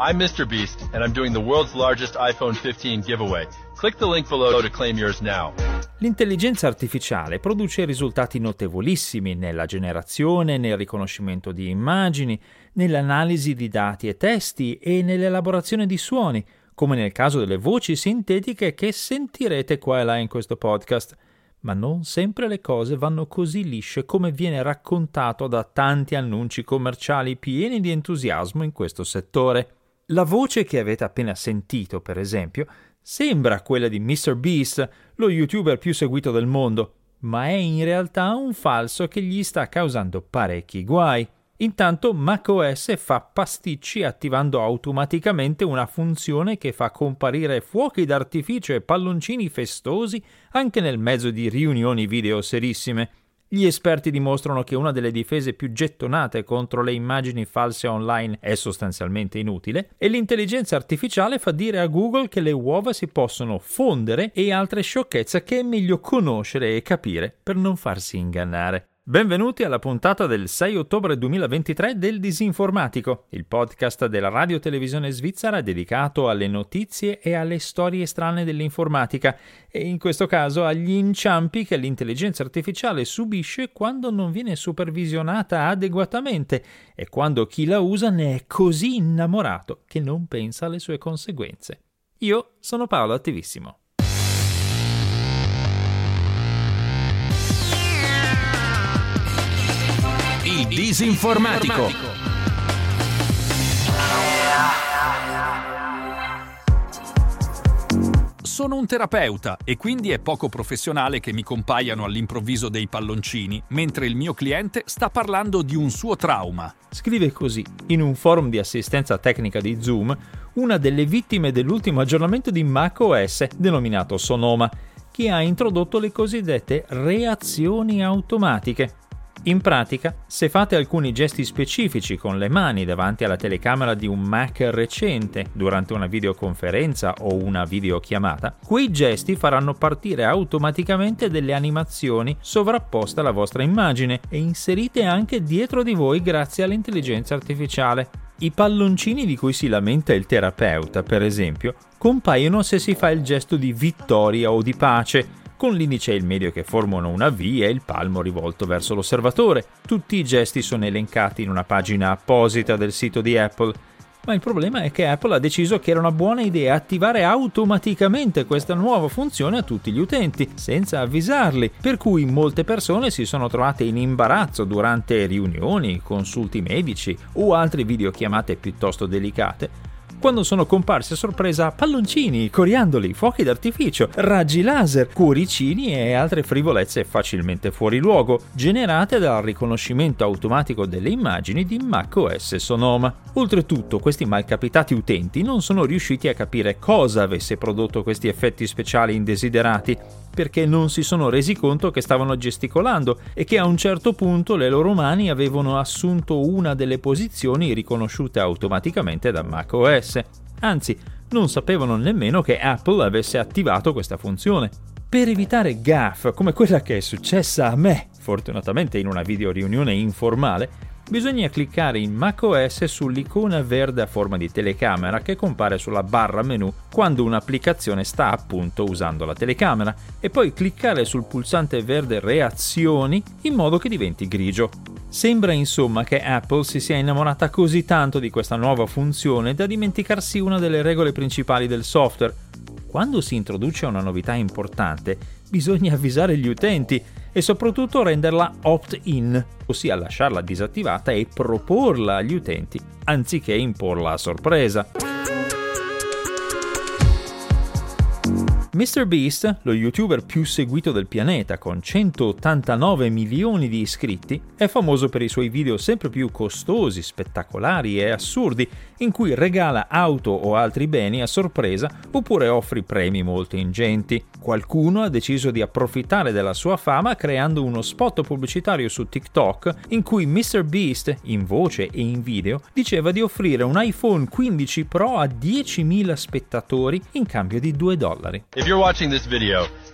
I'm Mr. Beast, and I'm doing the world's largest iPhone 15 giveaway. Click the link below to claim yours now. L'intelligenza artificiale produce risultati notevolissimi nella generazione, nel riconoscimento di immagini, nell'analisi di dati e testi e nell'elaborazione di suoni, come nel caso delle voci sintetiche che sentirete qua e là in questo podcast. Ma non sempre le cose vanno così lisce come viene raccontato da tanti annunci commerciali pieni di entusiasmo in questo settore. La voce che avete appena sentito, per esempio, sembra quella di Mr. Beast, lo YouTuber più seguito del mondo, ma è in realtà un falso che gli sta causando parecchi guai. Intanto macOS fa pasticci attivando automaticamente una funzione che fa comparire fuochi d'artificio e palloncini festosi anche nel mezzo di riunioni video serissime. Gli esperti dimostrano che una delle difese più gettonate contro le immagini false online è sostanzialmente inutile e l'intelligenza artificiale fa dire a Google che le uova si possono fondere e altre sciocchezze che è meglio conoscere e capire per non farsi ingannare. Benvenuti alla puntata del 6 ottobre 2023 del Disinformatico, il podcast della radio-televisione svizzera dedicato alle notizie e alle storie strane dell'informatica e in questo caso agli inciampi che l'intelligenza artificiale subisce quando non viene supervisionata adeguatamente e quando chi la usa ne è così innamorato che non pensa alle sue conseguenze. Io sono Paolo Attivissimo. Il Disinformatico. Sono un terapeuta e quindi è poco professionale che mi compaiano all'improvviso dei palloncini mentre il mio cliente sta parlando di un suo trauma. Scrive così, in un forum di assistenza tecnica di Zoom, una delle vittime dell'ultimo aggiornamento di macOS, denominato Sonoma, che ha introdotto le cosiddette reazioni automatiche. In pratica, se fate alcuni gesti specifici con le mani davanti alla telecamera di un Mac recente durante una videoconferenza o una videochiamata, quei gesti faranno partire automaticamente delle animazioni sovrapposte alla vostra immagine e inserite anche dietro di voi grazie all'intelligenza artificiale. I palloncini di cui si lamenta il terapeuta, per esempio, compaiono se si fa il gesto di vittoria o di pace, con l'indice e il medio che formano una V e il palmo rivolto verso l'osservatore. Tutti i gesti sono elencati in una pagina apposita del sito di Apple, ma il problema è che Apple ha deciso che era una buona idea attivare automaticamente questa nuova funzione a tutti gli utenti, senza avvisarli, per cui molte persone si sono trovate in imbarazzo durante riunioni, consulti medici o altre videochiamate piuttosto delicate, quando sono comparsi a sorpresa palloncini, coriandoli, fuochi d'artificio, raggi laser, cuoricini e altre frivolezze facilmente fuori luogo, generate dal riconoscimento automatico delle immagini di macOS Sonoma. Oltretutto, questi malcapitati utenti non sono riusciti a capire cosa avesse prodotto questi effetti speciali indesiderati, perché non si sono resi conto che stavano gesticolando e che a un certo punto le loro mani avevano assunto una delle posizioni riconosciute automaticamente da macOS. Anzi, non sapevano nemmeno che Apple avesse attivato questa funzione. Per evitare gaffe come quella che è successa a me, fortunatamente in una videoriunione informale, bisogna cliccare in macOS sull'icona verde a forma di telecamera che compare sulla barra menu quando un'applicazione sta appunto usando la telecamera e poi cliccare sul pulsante verde reazioni in modo che diventi grigio. Sembra insomma che Apple si sia innamorata così tanto di questa nuova funzione da dimenticarsi una delle regole principali del software. Quando si introduce una novità importante, bisogna avvisare gli utenti e soprattutto renderla opt-in, ossia lasciarla disattivata e proporla agli utenti, anziché imporla a sorpresa. Mr. Beast, lo YouTuber più seguito del pianeta con 189 milioni di iscritti, è famoso per i suoi video sempre più costosi, spettacolari e assurdi, in cui regala auto o altri beni a sorpresa oppure offre premi molto ingenti. Qualcuno ha deciso di approfittare della sua fama creando uno spot pubblicitario su TikTok in cui Mr. Beast, in voce e in video, diceva di offrire un iPhone 15 Pro a 10.000 spettatori in cambio di $2. If you're watching this video,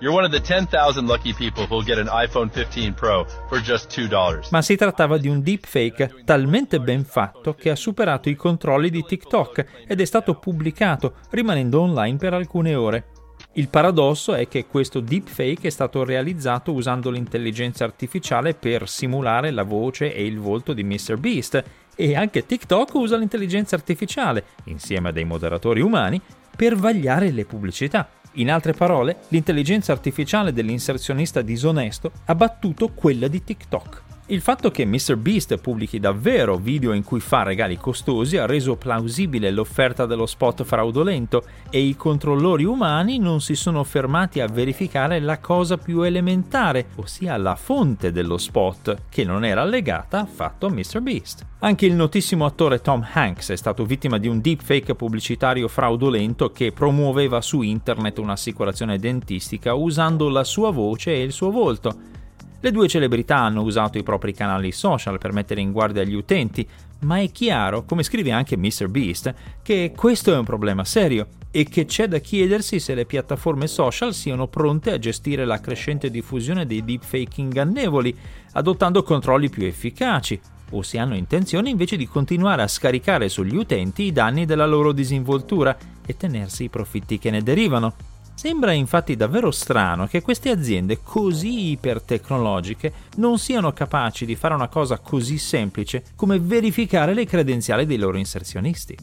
You're one of the 10,000 lucky people who'll get an iPhone 15 Pro for just $2. Ma si trattava di un deepfake talmente ben fatto che ha superato i controlli di TikTok ed è stato pubblicato, rimanendo online per alcune ore. Il paradosso è che questo deepfake è stato realizzato usando l'intelligenza artificiale per simulare la voce e il volto di MrBeast, e anche TikTok usa l'intelligenza artificiale, insieme a dei moderatori umani, per vagliare le pubblicità. In altre parole, l'intelligenza artificiale dell'inserzionista disonesto ha battuto quella di TikTok. Il fatto che MrBeast pubblichi davvero video in cui fa regali costosi ha reso plausibile l'offerta dello spot fraudolento, e i controllori umani non si sono fermati a verificare la cosa più elementare, ossia la fonte dello spot, che non era legata affatto a MrBeast. Anche il notissimo attore Tom Hanks è stato vittima di un deepfake pubblicitario fraudolento che promuoveva su internet un'assicurazione dentistica usando la sua voce e il suo volto. Le due celebrità hanno usato i propri canali social per mettere in guardia gli utenti, ma è chiaro, come scrive anche MrBeast, che questo è un problema serio e che c'è da chiedersi se le piattaforme social siano pronte a gestire la crescente diffusione dei deepfake ingannevoli, adottando controlli più efficaci, o se hanno intenzione invece di continuare a scaricare sugli utenti i danni della loro disinvoltura e tenersi i profitti che ne derivano. Sembra infatti davvero strano che queste aziende così ipertecnologiche non siano capaci di fare una cosa così semplice come verificare le credenziali dei loro inserzionisti.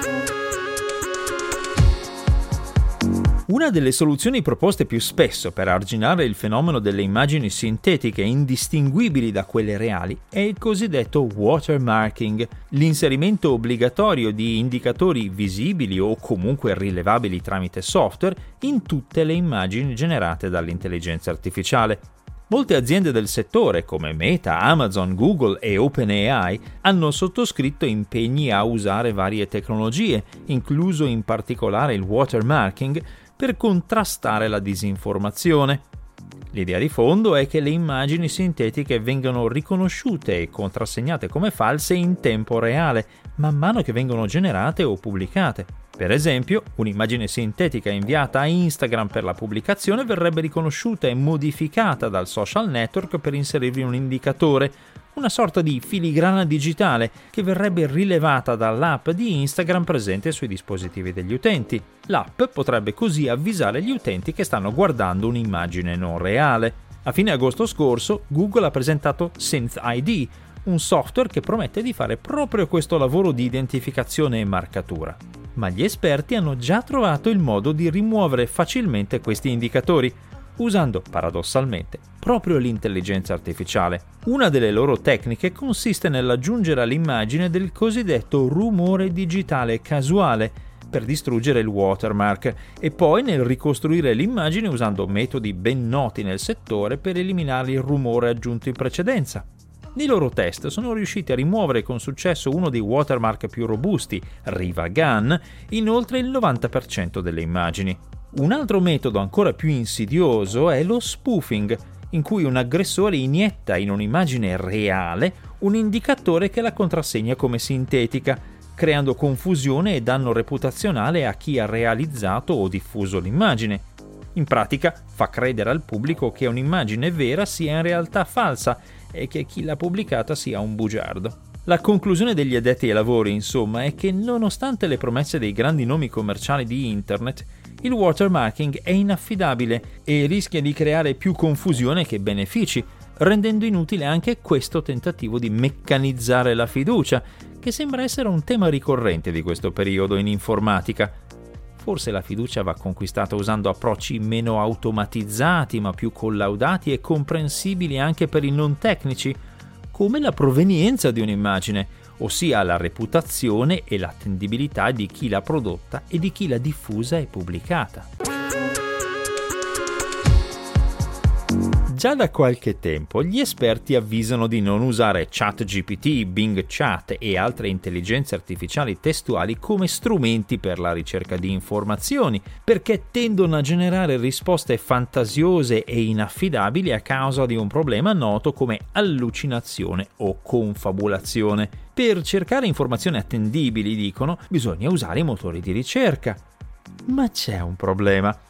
Una delle soluzioni proposte più spesso per arginare il fenomeno delle immagini sintetiche indistinguibili da quelle reali è il cosiddetto watermarking, l'inserimento obbligatorio di indicatori visibili o comunque rilevabili tramite software in tutte le immagini generate dall'intelligenza artificiale. Molte aziende del settore, come Meta, Amazon, Google e OpenAI, hanno sottoscritto impegni a usare varie tecnologie, incluso in particolare il watermarking, per contrastare la disinformazione. L'idea di fondo è che le immagini sintetiche vengano riconosciute e contrassegnate come false in tempo reale, man mano che vengono generate o pubblicate. Per esempio, un'immagine sintetica inviata a Instagram per la pubblicazione verrebbe riconosciuta e modificata dal social network per inserirvi un indicatore, una sorta di filigrana digitale che verrebbe rilevata dall'app di Instagram presente sui dispositivi degli utenti. L'app potrebbe così avvisare gli utenti che stanno guardando un'immagine non reale. A fine agosto scorso, Google ha presentato SynthID, un software che promette di fare proprio questo lavoro di identificazione e marcatura. Ma gli esperti hanno già trovato il modo di rimuovere facilmente questi indicatori, usando paradossalmente proprio l'intelligenza artificiale. Una delle loro tecniche consiste nell'aggiungere all'immagine del cosiddetto rumore digitale casuale per distruggere il watermark e poi nel ricostruire l'immagine usando metodi ben noti nel settore per eliminare il rumore aggiunto in precedenza. Nei loro test sono riusciti a rimuovere con successo uno dei watermark più robusti, Riva Gun, in oltre il 90% delle immagini. Un altro metodo ancora più insidioso è lo spoofing, in cui un aggressore inietta in un'immagine reale un indicatore che la contrassegna come sintetica, creando confusione e danno reputazionale a chi ha realizzato o diffuso l'immagine. In pratica fa credere al pubblico che un'immagine vera sia in realtà falsa e che chi l'ha pubblicata sia un bugiardo. La conclusione degli addetti ai lavori, insomma, è che nonostante le promesse dei grandi nomi commerciali di internet, il watermarking è inaffidabile e rischia di creare più confusione che benefici, rendendo inutile anche questo tentativo di meccanizzare la fiducia, che sembra essere un tema ricorrente di questo periodo in informatica. Forse la fiducia va conquistata usando approcci meno automatizzati ma più collaudati e comprensibili anche per i non tecnici, come la provenienza di un'immagine, ossia la reputazione e l'attendibilità di chi l'ha prodotta e di chi l'ha diffusa e pubblicata. Già da qualche tempo gli esperti avvisano di non usare ChatGPT, Bing Chat e altre intelligenze artificiali testuali come strumenti per la ricerca di informazioni, perché tendono a generare risposte fantasiose e inaffidabili a causa di un problema noto come allucinazione o confabulazione. Per cercare informazioni attendibili, dicono, bisogna usare i motori di ricerca. Ma c'è un problema.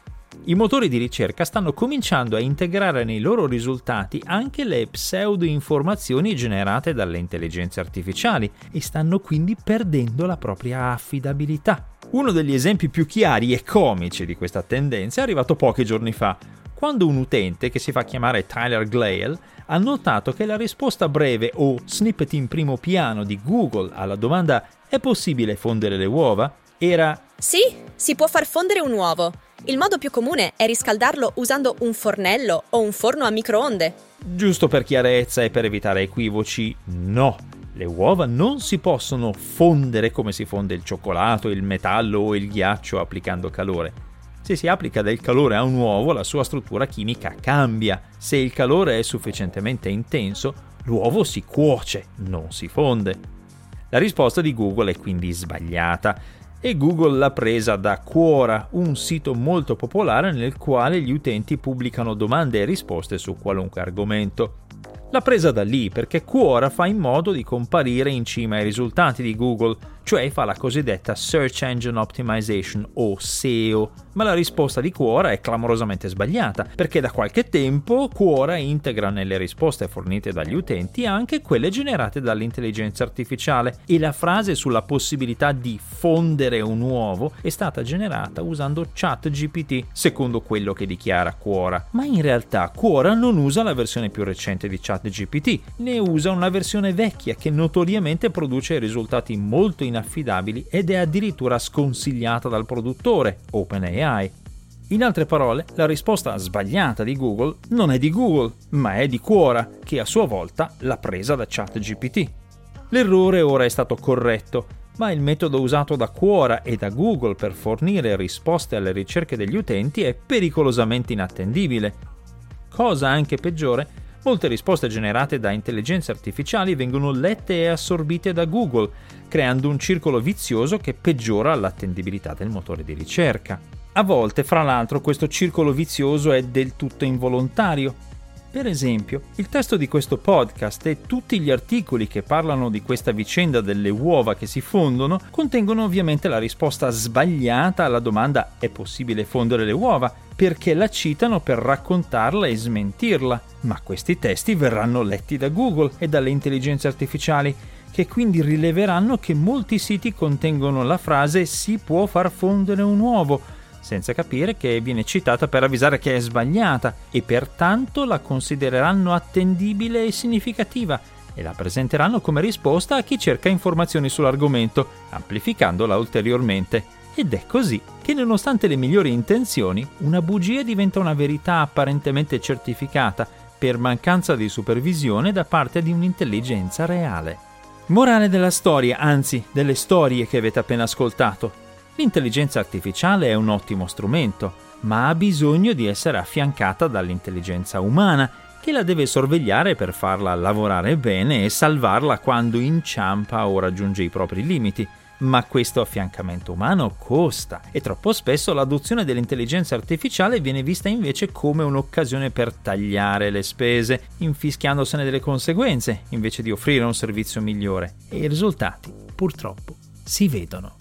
I motori di ricerca stanno cominciando a integrare nei loro risultati anche le pseudo-informazioni generate dalle intelligenze artificiali e stanno quindi perdendo la propria affidabilità. Uno degli esempi più chiari e comici di questa tendenza è arrivato pochi giorni fa, quando un utente che si fa chiamare Tyler Glale ha notato che la risposta breve o snippet in primo piano di Google alla domanda «È possibile fondere le uova?» era «Sì, si può far fondere un uovo. Il modo più comune è riscaldarlo usando un fornello o un forno a microonde». Giusto per chiarezza e per evitare equivoci, no. Le uova non si possono fondere come si fonde il cioccolato, il metallo o il ghiaccio applicando calore. Se si applica del calore a un uovo, la sua struttura chimica cambia. Se il calore è sufficientemente intenso, l'uovo si cuoce, non si fonde. La risposta di Google è quindi sbagliata e Google l'ha presa da Quora, un sito molto popolare nel quale gli utenti pubblicano domande e risposte su qualunque argomento. L'ha presa da lì perché Quora fa in modo di comparire in cima ai risultati di Google, cioè fa la cosiddetta Search Engine Optimization o SEO, ma la risposta di Quora è clamorosamente sbagliata, perché da qualche tempo Quora integra nelle risposte fornite dagli utenti anche quelle generate dall'intelligenza artificiale e la frase sulla possibilità di fondere un uovo è stata generata usando ChatGPT, secondo quello che dichiara Quora. Ma in realtà Quora non usa la versione più recente di ChatGPT, ne usa una versione vecchia che notoriamente produce risultati molto inaffidabili ed è addirittura sconsigliata dal produttore, OpenAI. In altre parole, la risposta sbagliata di Google non è di Google, ma è di Quora, che a sua volta l'ha presa da ChatGPT. L'errore ora è stato corretto, ma il metodo usato da Quora e da Google per fornire risposte alle ricerche degli utenti è pericolosamente inattendibile. Cosa anche peggiore, molte risposte generate da intelligenze artificiali vengono lette e assorbite da Google, creando un circolo vizioso che peggiora l'attendibilità del motore di ricerca. A volte, fra l'altro, questo circolo vizioso è del tutto involontario. Per esempio, il testo di questo podcast e tutti gli articoli che parlano di questa vicenda delle uova che si fondono contengono ovviamente la risposta sbagliata alla domanda «È possibile fondere le uova?», perché la citano per raccontarla e smentirla. Ma questi testi verranno letti da Google e dalle intelligenze artificiali, che quindi rileveranno che molti siti contengono la frase «si può far fondere un uovo», senza capire che viene citata per avvisare che è sbagliata e pertanto la considereranno attendibile e significativa e la presenteranno come risposta a chi cerca informazioni sull'argomento, amplificandola ulteriormente. Ed è così che, nonostante le migliori intenzioni, una bugia diventa una verità apparentemente certificata per mancanza di supervisione da parte di un'intelligenza reale. Morale della storia, anzi, delle storie che avete appena ascoltato. L'intelligenza artificiale è un ottimo strumento, ma ha bisogno di essere affiancata dall'intelligenza umana, che la deve sorvegliare per farla lavorare bene e salvarla quando inciampa o raggiunge i propri limiti. Ma questo affiancamento umano costa e troppo spesso l'adozione dell'intelligenza artificiale viene vista invece come un'occasione per tagliare le spese, infischiandosene delle conseguenze, invece di offrire un servizio migliore. E i risultati, purtroppo, si vedono.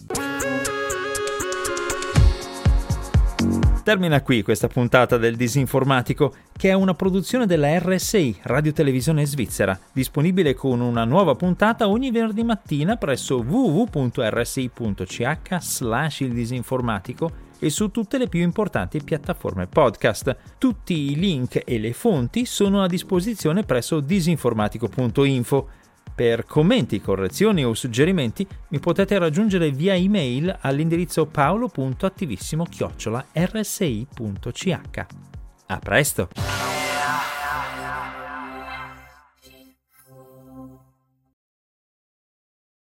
Termina qui questa puntata del Disinformatico, che è una produzione della RSI, Radio Televisione Svizzera, disponibile con una nuova puntata ogni venerdì mattina presso www.rsi.ch/il disinformatico e su tutte le più importanti piattaforme podcast. Tutti i link e le fonti sono a disposizione presso disinformatico.info. Per commenti, correzioni o suggerimenti mi potete raggiungere via email all'indirizzo paolo.attivissimo@rsi.ch. A presto!